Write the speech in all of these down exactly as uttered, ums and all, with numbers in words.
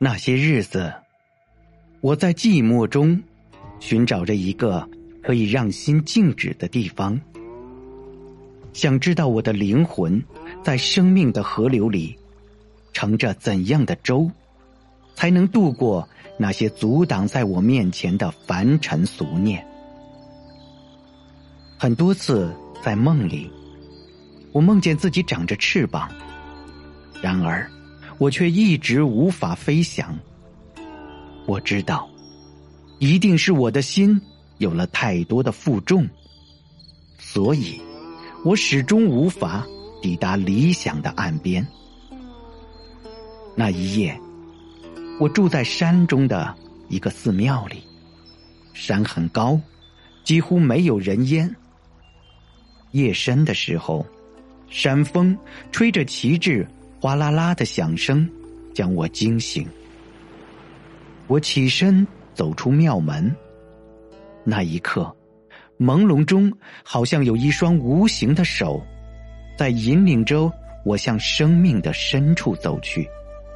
那些日子，我在寂寞中寻找着一个可以让心静止的地方，想知道我的灵魂在生命的河流里乘着怎样的舟，才能度过那些阻挡在我面前的凡尘俗念。很多次在梦里，我梦见自己长着翅膀，然而我却一直无法飞翔。我知道，一定是我的心有了太多的负重，所以我始终无法抵达理想的岸边。那一夜，我住在山中的一个寺庙里，山很高，几乎没有人烟。夜深的时候，山风吹着旗帜哗啦啦的响声，将我惊醒。我起身走出庙门，那一刻，朦胧中好像有一双无形的手，在引领着我向生命的深处走去。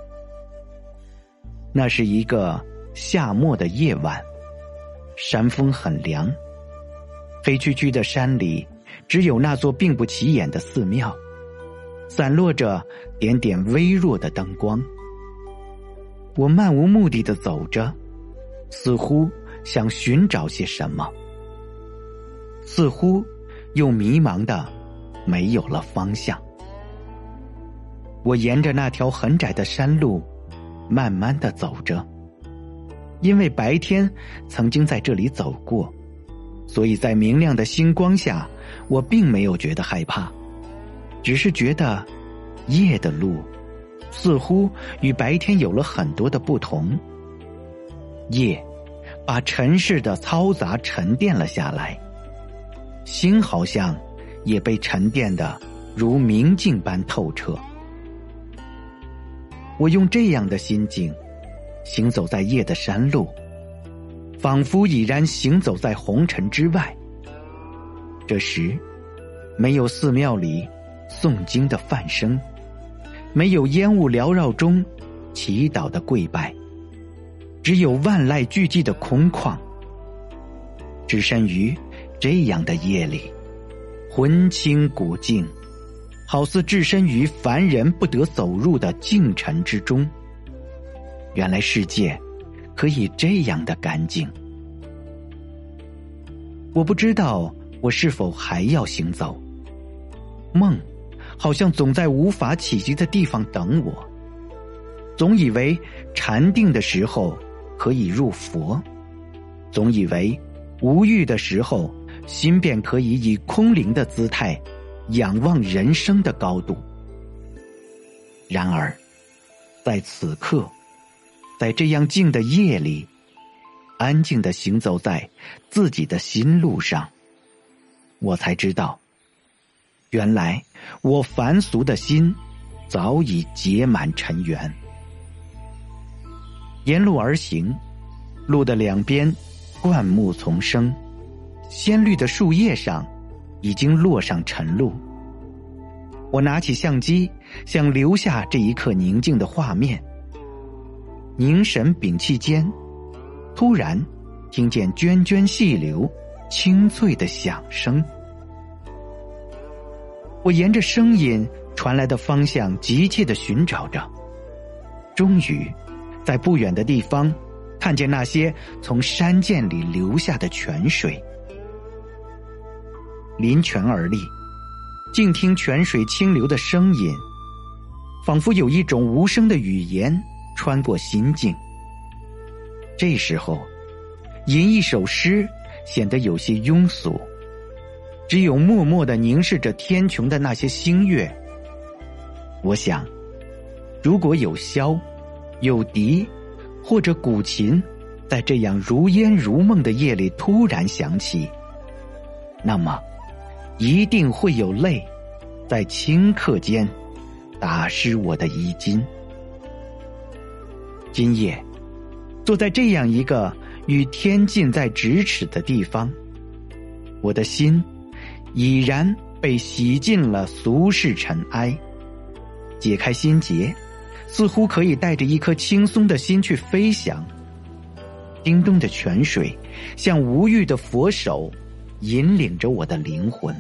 那是一个夏末的夜晚，山风很凉，黑黢黢的山里只有那座并不起眼的寺庙，散落着点点微弱的灯光。我漫无目的地走着，似乎想寻找些什么，似乎又迷茫的没有了方向。我沿着那条很窄的山路慢慢地走着，因为白天曾经在这里走过，所以在明亮的星光下，我并没有觉得害怕，只是觉得夜的路似乎与白天有了很多的不同。夜把尘世的嘈杂沉淀了下来，心好像也被沉淀得如明镜般透彻。我用这样的心境行走在夜的山路，仿佛已然行走在红尘之外。这时，没有寺庙里诵经的梵声，没有烟雾缭绕中祈祷的跪拜，只有万籁俱寂的空旷。置身于这样的夜里，魂清骨净，好似置身于凡人不得走入的净尘之中。原来世界可以这样的干净。我不知道我是否还要行走，梦好像总在无法企及的地方等我，总以为禅定的时候可以入佛，总以为无欲的时候心便可以以空灵的姿态仰望人生的高度。然而在此刻，在这样静的夜里，安静地行走在自己的心路上，我才知道，原来我凡俗的心早已结满尘缘。沿路而行，路的两边灌木丛生，鲜绿的树叶上已经落上晨露。我拿起相机，想留下这一刻宁静的画面。凝神屏气间，突然听见涓涓细流清脆的响声。我沿着声音传来的方向急切地寻找着，终于在不远的地方看见那些从山涧里流下的泉水。临泉而立，静听泉水清流的声音，仿佛有一种无声的语言穿过心境。这时候吟一首诗显得有些庸俗，只有默默地凝视着天穹的那些星月。我想，如果有箫、有笛或者古琴在这样如烟如梦的夜里突然响起，那么一定会有泪在顷刻间打湿我的衣襟。今夜坐在这样一个与天近在咫尺的地方，我的心已然被洗尽了俗世尘埃，解开心结， 似乎可以带着一颗轻松的心去飞翔。叮咚的泉水像无欲的佛手，引领着我的灵魂。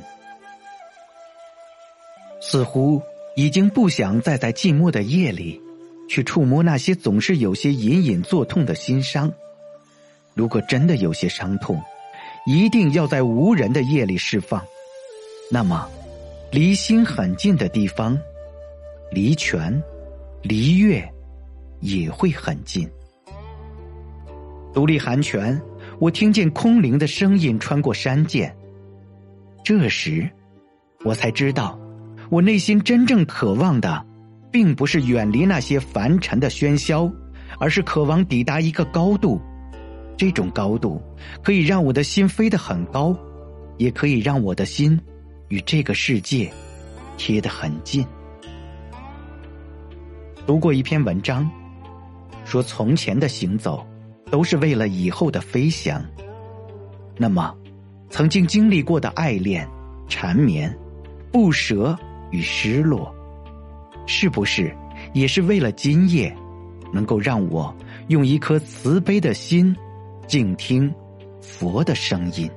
似乎已经不想再在寂寞的夜里去触摸那些总是有些隐隐作痛的心伤。如果真的有些伤痛，一定要在无人的夜里释放，那么离心很近的地方，离泉离月也会很近。独立寒泉，我听见空灵的声音穿过山涧。这时我才知道，我内心真正渴望的并不是远离那些凡尘的喧嚣，而是渴望抵达一个高度。这种高度可以让我的心飞得很高，也可以让我的心与这个世界贴得很近。读过一篇文章，说从前的行走都是为了以后的飞翔。那么曾经经历过的爱恋、缠绵、不舍与失落，是不是也是为了今夜能够让我用一颗慈悲的心静听佛的声音？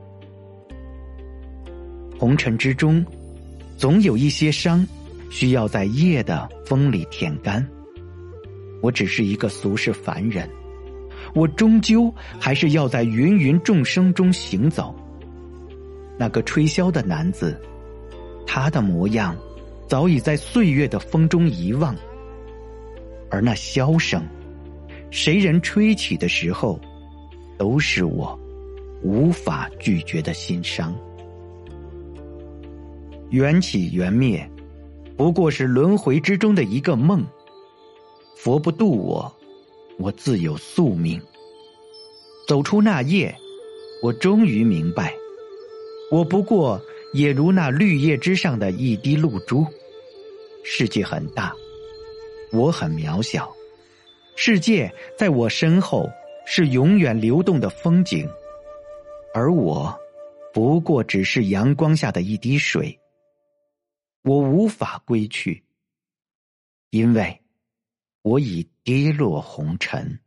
红尘之中，总有一些伤需要在夜的风里舔干。我只是一个俗世凡人，我终究还是要在芸芸众生中行走。那个吹箫的男子，他的模样早已在岁月的风中遗忘，而那箫声，谁人吹起的时候，都是我无法拒绝的心伤。缘起缘灭，不过是轮回之中的一个梦。佛不渡我，我自有宿命。走出那夜，我终于明白，我不过也如那绿叶之上的一滴露珠。世界很大，我很渺小。世界在我身后是永远流动的风景，而我不过只是阳光下的一滴水。我无法归去，因为我已跌落红尘。